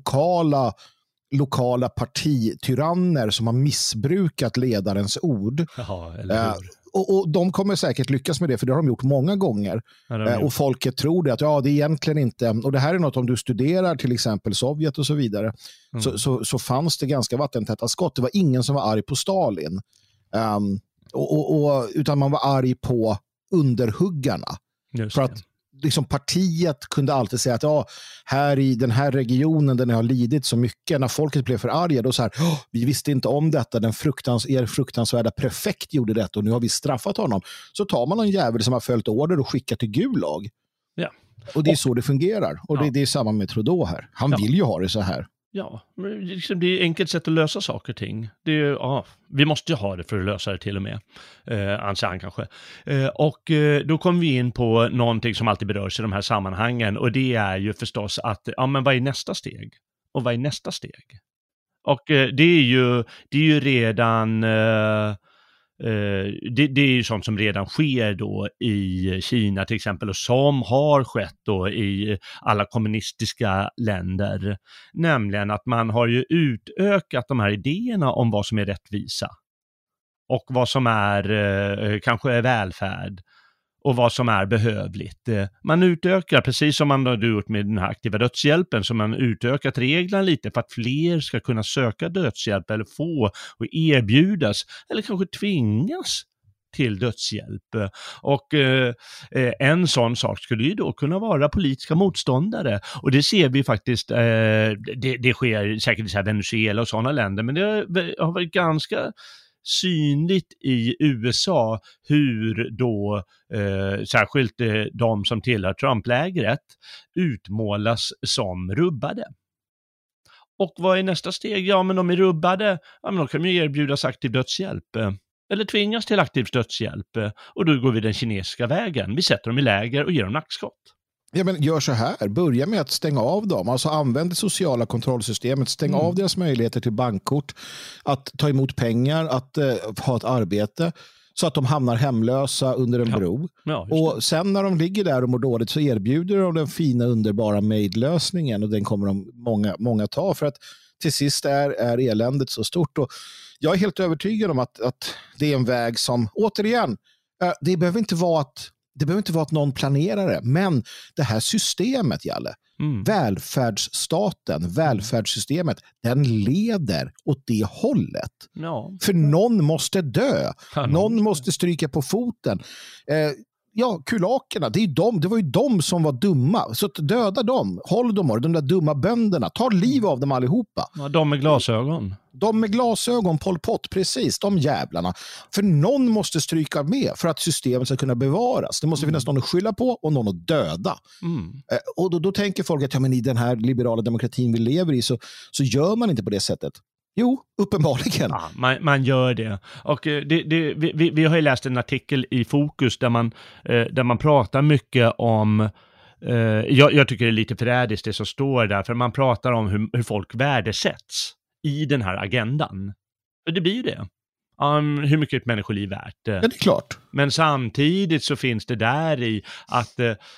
lokala partityranner som har missbrukat ledarens ord. Jaha, eller hur? Och de kommer säkert lyckas med det, för det har de gjort många gånger. Och folket tror det, att det är egentligen inte, och det här är något om du studerar till exempel Sovjet och så vidare, så fanns det ganska vattentäta skott. Det var ingen som var arg på Stalin. Utan man var arg på underhuggarna. För att liksom, partiet kunde alltid säga att här i den här regionen där ni har lidit så mycket, när folket blev för arga, då så här, vi visste inte om detta, er fruktansvärda prefekt gjorde detta och nu har vi straffat honom. Så tar man någon jävel som har följt order och skickar till Gulag. Ja. Och det är så det fungerar. Och det är samma med Trudeau här. Han vill ju ha det så här. Ja, det är ett enkelt sätt att lösa saker och ting. Vi måste ju ha det för att lösa det till och med, anser han kanske. Och då kommer vi in på någonting som alltid berörs i de här sammanhangen, och det är ju förstås att, men vad är nästa steg? Och vad är nästa steg? Och det är ju redan... Det är ju sånt som redan sker då i Kina till exempel, och som har skett då i alla kommunistiska länder, nämligen att man har ju utökat de här idéerna om vad som är rättvisa och vad som är kanske är välfärd och vad som är behövligt. Man utökar, precis som man har gjort med den här aktiva dödshjälpen, så man utökat reglerna lite för att fler ska kunna söka dödshjälp eller få och erbjudas eller kanske tvingas till dödshjälp. Och en sån sak skulle ju då kunna vara politiska motståndare. Och det ser vi faktiskt, det sker säkert i så här Venezuela och sådana länder, men det har varit ganska synligt i USA hur då särskilt de som tillhör Trump-lägret utmålas som rubbade. Och vad är nästa steg? Ja, men de är rubbade, men de kan ju erbjudas aktiv dödshjälp eller tvingas till aktiv dödshjälp, och då går vi den kinesiska vägen. Vi sätter dem i läger och ger dem nackskott. Ja, men gör så här. Börja med att stänga av dem. Alltså använd det sociala kontrollsystemet. Stäng av deras möjligheter till bankkort, att ta emot pengar, att ha ett arbete, så att de hamnar hemlösa under en bro. Ja, och sen när de ligger där och mår dåligt så erbjuder de den fina, underbara made-lösningen, och den kommer de många ta, för att till sist är eländet så stort. Och jag är helt övertygad om att det är en väg som, återigen, det behöver inte vara att någon planerar det, men det här systemet, Jalle, välfärdssystemet, den leder åt det hållet. Ja. För någon måste dö. Någon måste stryka på foten. kulakerna, det var ju de som var dumma. Så döda dem, håll dem, de där dumma bönderna, ta liv av dem allihopa. Ja, de med glasögon. De med glasögon, Pol Pot, precis, de jävlarna. För någon måste stryka med för att systemet ska kunna bevaras. Det måste finnas någon att skylla på och någon att döda. Och då tänker folk att men i den här liberala demokratin vi lever i så gör man inte på det sättet. Jo, uppenbarligen. Ja, man gör det. Och vi har ju läst en artikel i Fokus där man pratar mycket om, jag tycker det är lite förrädiskt det som står där, för man pratar om hur folk värdesätts i den här agendan. Och det blir ju det. Hur mycket ett människoliv är värt. Ja, det är klart. Men samtidigt så finns det där i att,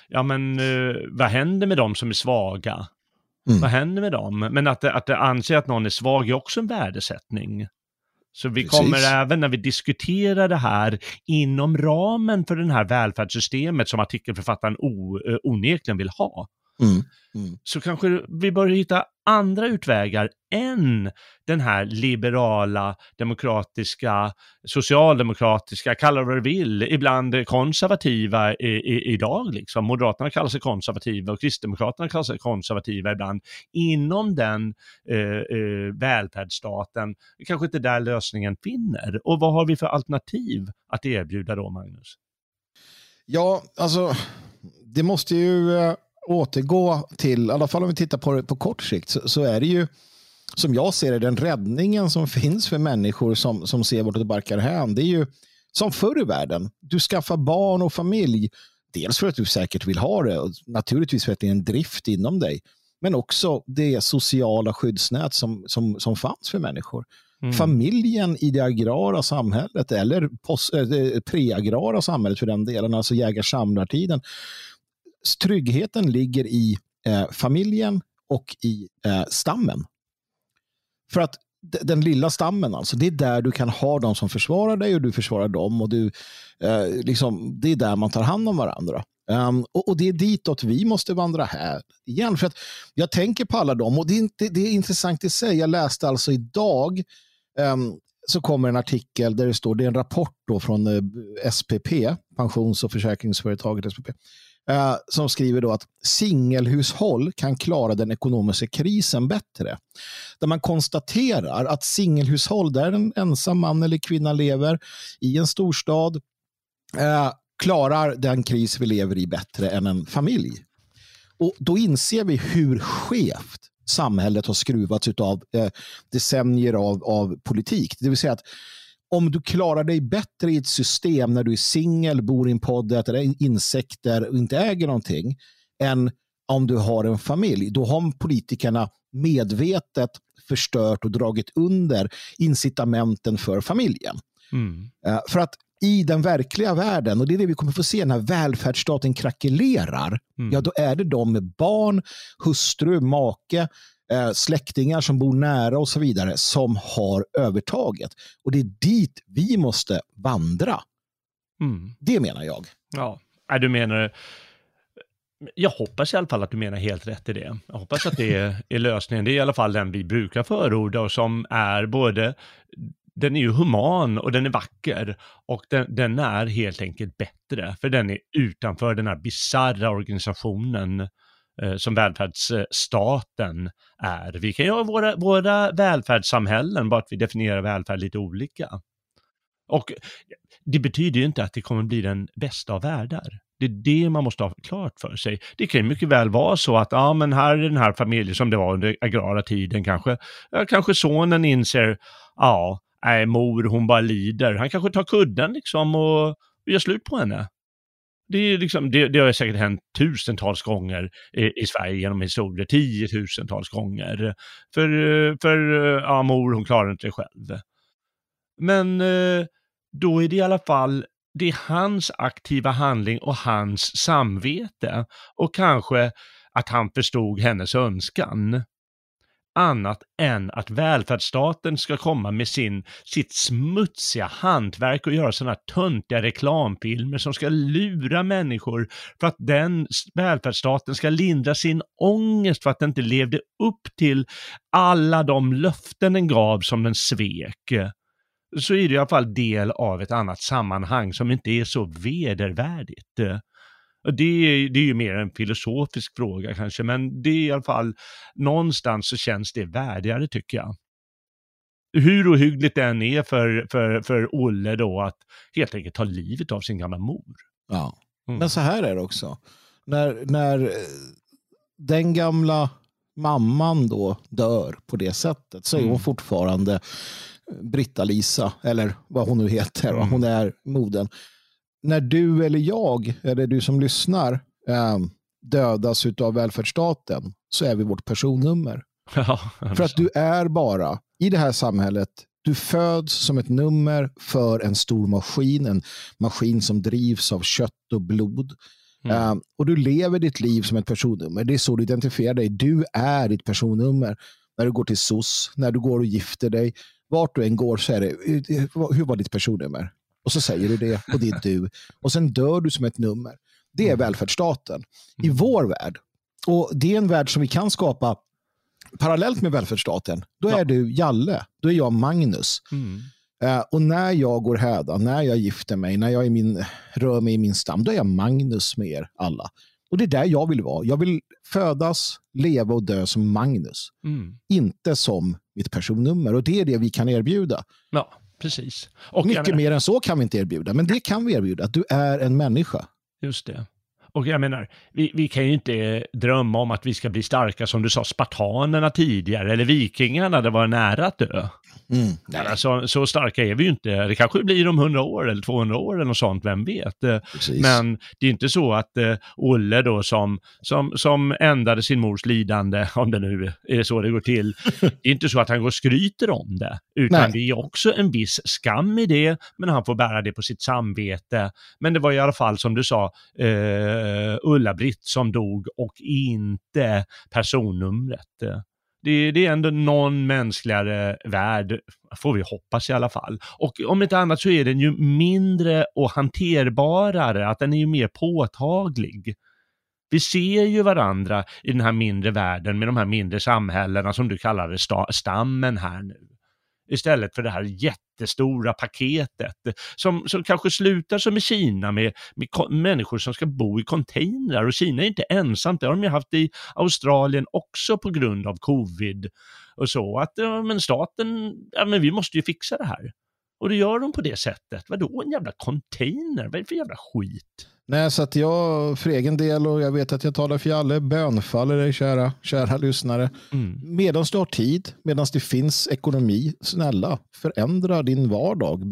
vad händer med dem som är svaga? Vad händer med dem? Men att anse att någon är svag är också en värdesättning. Så vi kommer även när vi diskuterar det här inom ramen för den här välfärdssystemet som artikelförfattaren onekligen vill ha. Så kanske vi börjar hitta andra utvägar än den här liberala, demokratiska, socialdemokratiska, kalla vad du vill, ibland konservativa idag liksom. Moderaterna kallar sig konservativa och Kristdemokraterna kallar sig konservativa ibland. Inom den välfärdsstaten kanske inte där lösningen finner. Och vad har vi för alternativ att erbjuda då, Magnus? Ja, alltså det måste ju återgå till, i alla fall om vi tittar på kort sikt, så är det ju, som jag ser det, den räddningen som finns för människor som ser bort och barkar hem. Det är ju som förr i världen. Du skaffar barn och familj, dels för att du säkert vill ha det och naturligtvis för att det är en drift inom dig, men också det sociala skyddsnät som fanns för människor. Familjen i det agrara samhället eller preagrara samhället för den delen, alltså jägar-samlartiden. Tryggheten ligger i familjen och i stammen. För att den lilla stammen, alltså, det är där du kan ha de som försvarar dig och du försvarar dem och du, det är där man tar hand om varandra. Och det är ditåt vi måste vandra här igen. För att jag tänker på alla dem och det är intressant att säga. Jag läste alltså idag så kommer en artikel där det står, det är en rapport då från SPP, pensions- och försäkringsföretaget SPP, som skriver då att singelhushåll kan klara den ekonomiska krisen bättre. Där man konstaterar att singelhushåll där en ensam man eller kvinna lever i en storstad klarar den kris vi lever i bättre än en familj. Och då inser vi hur skevt samhället har skruvats av decennier av politik. Det vill säga att om du klarar dig bättre i ett system när du är singel, bor i en podd, äter insekter och inte äger någonting än om du har en familj, då har politikerna medvetet förstört och dragit under incitamenten för familjen. För att i den verkliga världen, och det är det vi kommer få se när välfärdsstaten krackelerar, ja då är det de med barn, hustru, make, släktingar som bor nära och så vidare som har övertaget. Och det är dit vi måste vandra. Det menar jag. Ja, du menar... Jag hoppas i alla fall att du menar helt rätt i det. Jag hoppas att det är lösningen. Det är i alla fall den vi brukar förorda och som är både... Den är ju human och den är vacker och den är helt enkelt bättre för den är utanför den här bizarra organisationen som välfärdsstaten är. Vi kan ju ha våra välfärdssamhällen, bara att vi definierar välfärd lite olika. Och det betyder ju inte att det kommer bli den bästa av världar. Det är det man måste ha klart för sig. Det kan ju mycket väl vara så att men här är den här familjen som det var under agrara tiden kanske sonen inser mor hon bara lider. Han kanske tar kudden liksom och gör slut på henne. Det är liksom, det har säkert hänt tusentals gånger i Sverige genom historien, 10-tusentals gånger. För mor hon klarar inte det själv. Men då är det i alla fall det är hans aktiva handling och hans samvete och kanske att han förstod hennes önskan. Annat än att välfärdsstaten ska komma med sitt smutsiga hantverk och göra sådana töntiga reklamfilmer som ska lura människor för att den välfärdsstaten ska lindra sin ångest för att den inte levde upp till alla de löften den gav som den svek. så är det i alla fall del av ett annat sammanhang som inte är så vedervärdigt. Och det är ju mer en filosofisk fråga kanske, men det är i alla fall någonstans så känns det värdigare tycker jag. Hur ohyggligt det än är för Olle då att helt enkelt ta livet av sin gamla mor. Ja, men så här är det också. När den gamla mamman då dör på det sättet så är hon fortfarande Britta-Lisa, eller vad hon nu heter. Hon är moden. När du eller jag, eller du som lyssnar, dödas av välfärdsstaten så är vi vårt personnummer. Ja, för att du är bara i det här samhället, du föds som ett nummer för en stor maskin, en maskin som drivs av kött och blod. Och du lever ditt liv som ett personnummer. Det är så du identifierar dig. Du är ditt personnummer. När du går till SOS, när du går och gifter dig, vart du än går så är det, hur var ditt personnummer? Och så säger du det och det är du. Och sen dör du som ett nummer. Det är välfärdsstaten i vår värld. Och det är en värld som vi kan skapa parallellt med välfärdsstaten. Då är du Jalle, då är jag Magnus. Och när jag går häda, när jag gifter mig, när jag rör mig i min stam, då är jag Magnus med er alla. Och det är där jag vill vara. Jag vill födas, leva och dö som Magnus. Inte som mitt personnummer. Och det är det vi kan erbjuda. Ja, precis. Och mycket mer än så kan vi inte erbjuda. Men det kan vi erbjuda. Att du är en människa. Just det. Och jag menar, vi kan ju inte drömma om att vi ska bli starka som du sa, spartanerna tidigare eller vikingarna, det var nära att dö. Alltså, så starka är vi ju inte. Det kanske blir om 100 år eller 200 år eller något sånt, vem vet. Precis. Men det är inte så att Olle då som ändade sin mors lidande, om det nu är så det går till, det är inte så att han går och skryter om det, utan det är också en viss skam i det, men han får bära det på sitt samvete. Men det var i alla fall som du sa, Ulla-Britt som dog och inte personnumret. Det är ändå någon mänskligare värld, får vi hoppas i alla fall. Och om inte annat så är den ju mindre och hanterbarare, att den är ju mer påtaglig. Vi ser ju varandra i den här mindre världen med de här mindre samhällena som du kallar det, stammen här nu. Istället för det här jättestora paketet som kanske slutar som i Kina med människor som ska bo i containrar. Och Kina är inte ensamt, det har de ju haft i Australien också på grund av covid. Och så att men staten, men vi måste ju fixa det här. Och det gör de på det sättet. Vadå en jävla container? Vad är det för jävla skit? Nej, så att jag för egen del, och jag vet att jag talar för alla, bönfaller dig kära lyssnare. Medan du har tid, medan det finns ekonomi, snälla, förändra din vardag.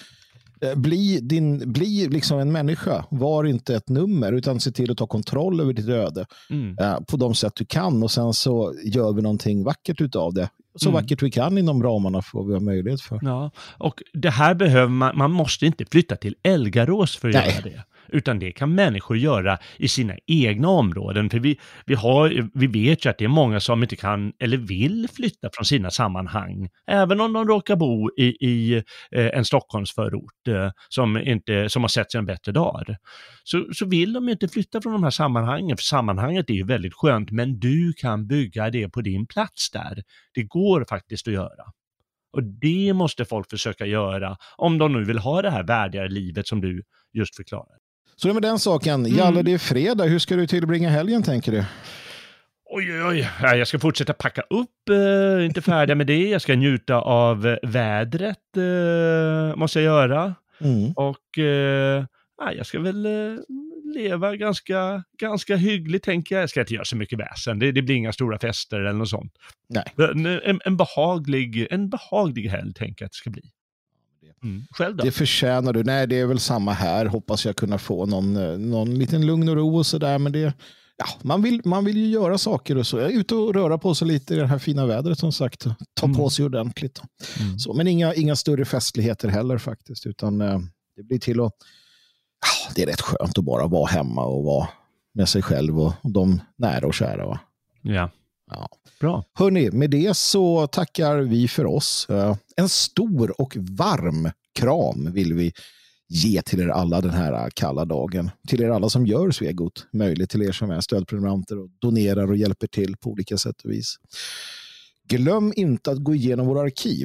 Bli liksom en människa. Var inte ett nummer, utan se till att ta kontroll över ditt öde på de sätt du kan. Och sen så gör vi någonting vackert utav det. Så vackert vi kan inom ramarna får vi ha möjlighet för. Ja, och det här behöver man måste inte flytta till Elgarås för att göra det. Utan det kan människor göra i sina egna områden. För vi vet ju att det är många som inte kan eller vill flytta från sina sammanhang. Även om de råkar bo i en Stockholmsförort som har sett sig en bättre dag. Så vill de inte flytta från de här sammanhangen. För sammanhanget är ju väldigt skönt, men du kan bygga det på din plats där. Det går faktiskt att göra. Och det måste folk försöka göra om de nu vill ha det här värdigare livet som du just förklarar. Så det med den saken. Jalle, det är fredag. Hur ska du tillbringa helgen, tänker du? Oj. Jag ska fortsätta packa upp. Inte färdig med det. Jag ska njuta av vädret. Måste jag göra. Och jag ska väl leva ganska hyggligt, tänker jag. Jag ska inte göra så mycket väsen. Det blir inga stora fester eller något sånt. Nej. En behaglig helg, tänker jag att det ska bli. Själv då? Det förtjänar du. Nej, det är väl samma här. Hoppas jag kunna få någon liten lugn och ro och sådär. Men det, man vill ju göra saker och så. Jag är ute och röra på sig lite i det här fina vädret, som sagt. Ta på sig ordentligt. Så, men inga större festligheter heller faktiskt. Utan det blir till att det är rätt skönt att bara vara hemma och vara med sig själv och de nära och kära. Va? Ja. Bra. Hörrni, med det så tackar vi för oss. En stor och varm kram vill vi ge till er alla den här kalla dagen. Till er alla som gör Svegot möjligt, till er som är stödprenumeranter och donerar och hjälper till på olika sätt och vis. Glöm inte att gå igenom våra arkiv.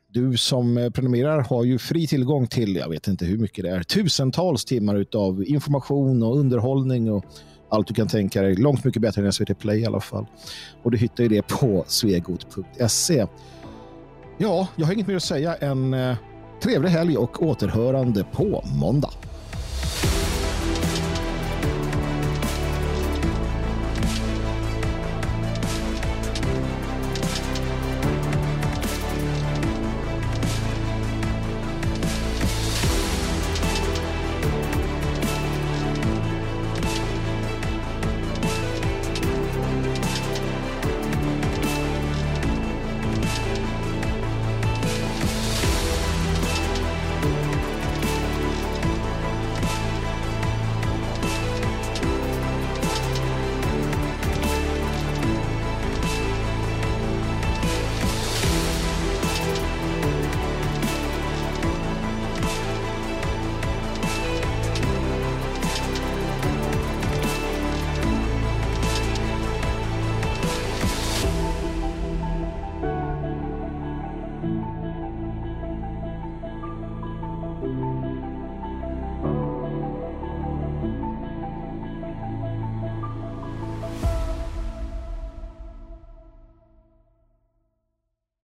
Du som prenumererar har ju fri tillgång till, jag vet inte hur mycket det är, tusentals timmar utav information och underhållning och allt du kan tänka dig. Långt mycket bättre än SVT Play i alla fall. Och du hittar ju det på svegot.se. Ja, jag har inget mer att säga än trevlig helg och återhörande på måndag.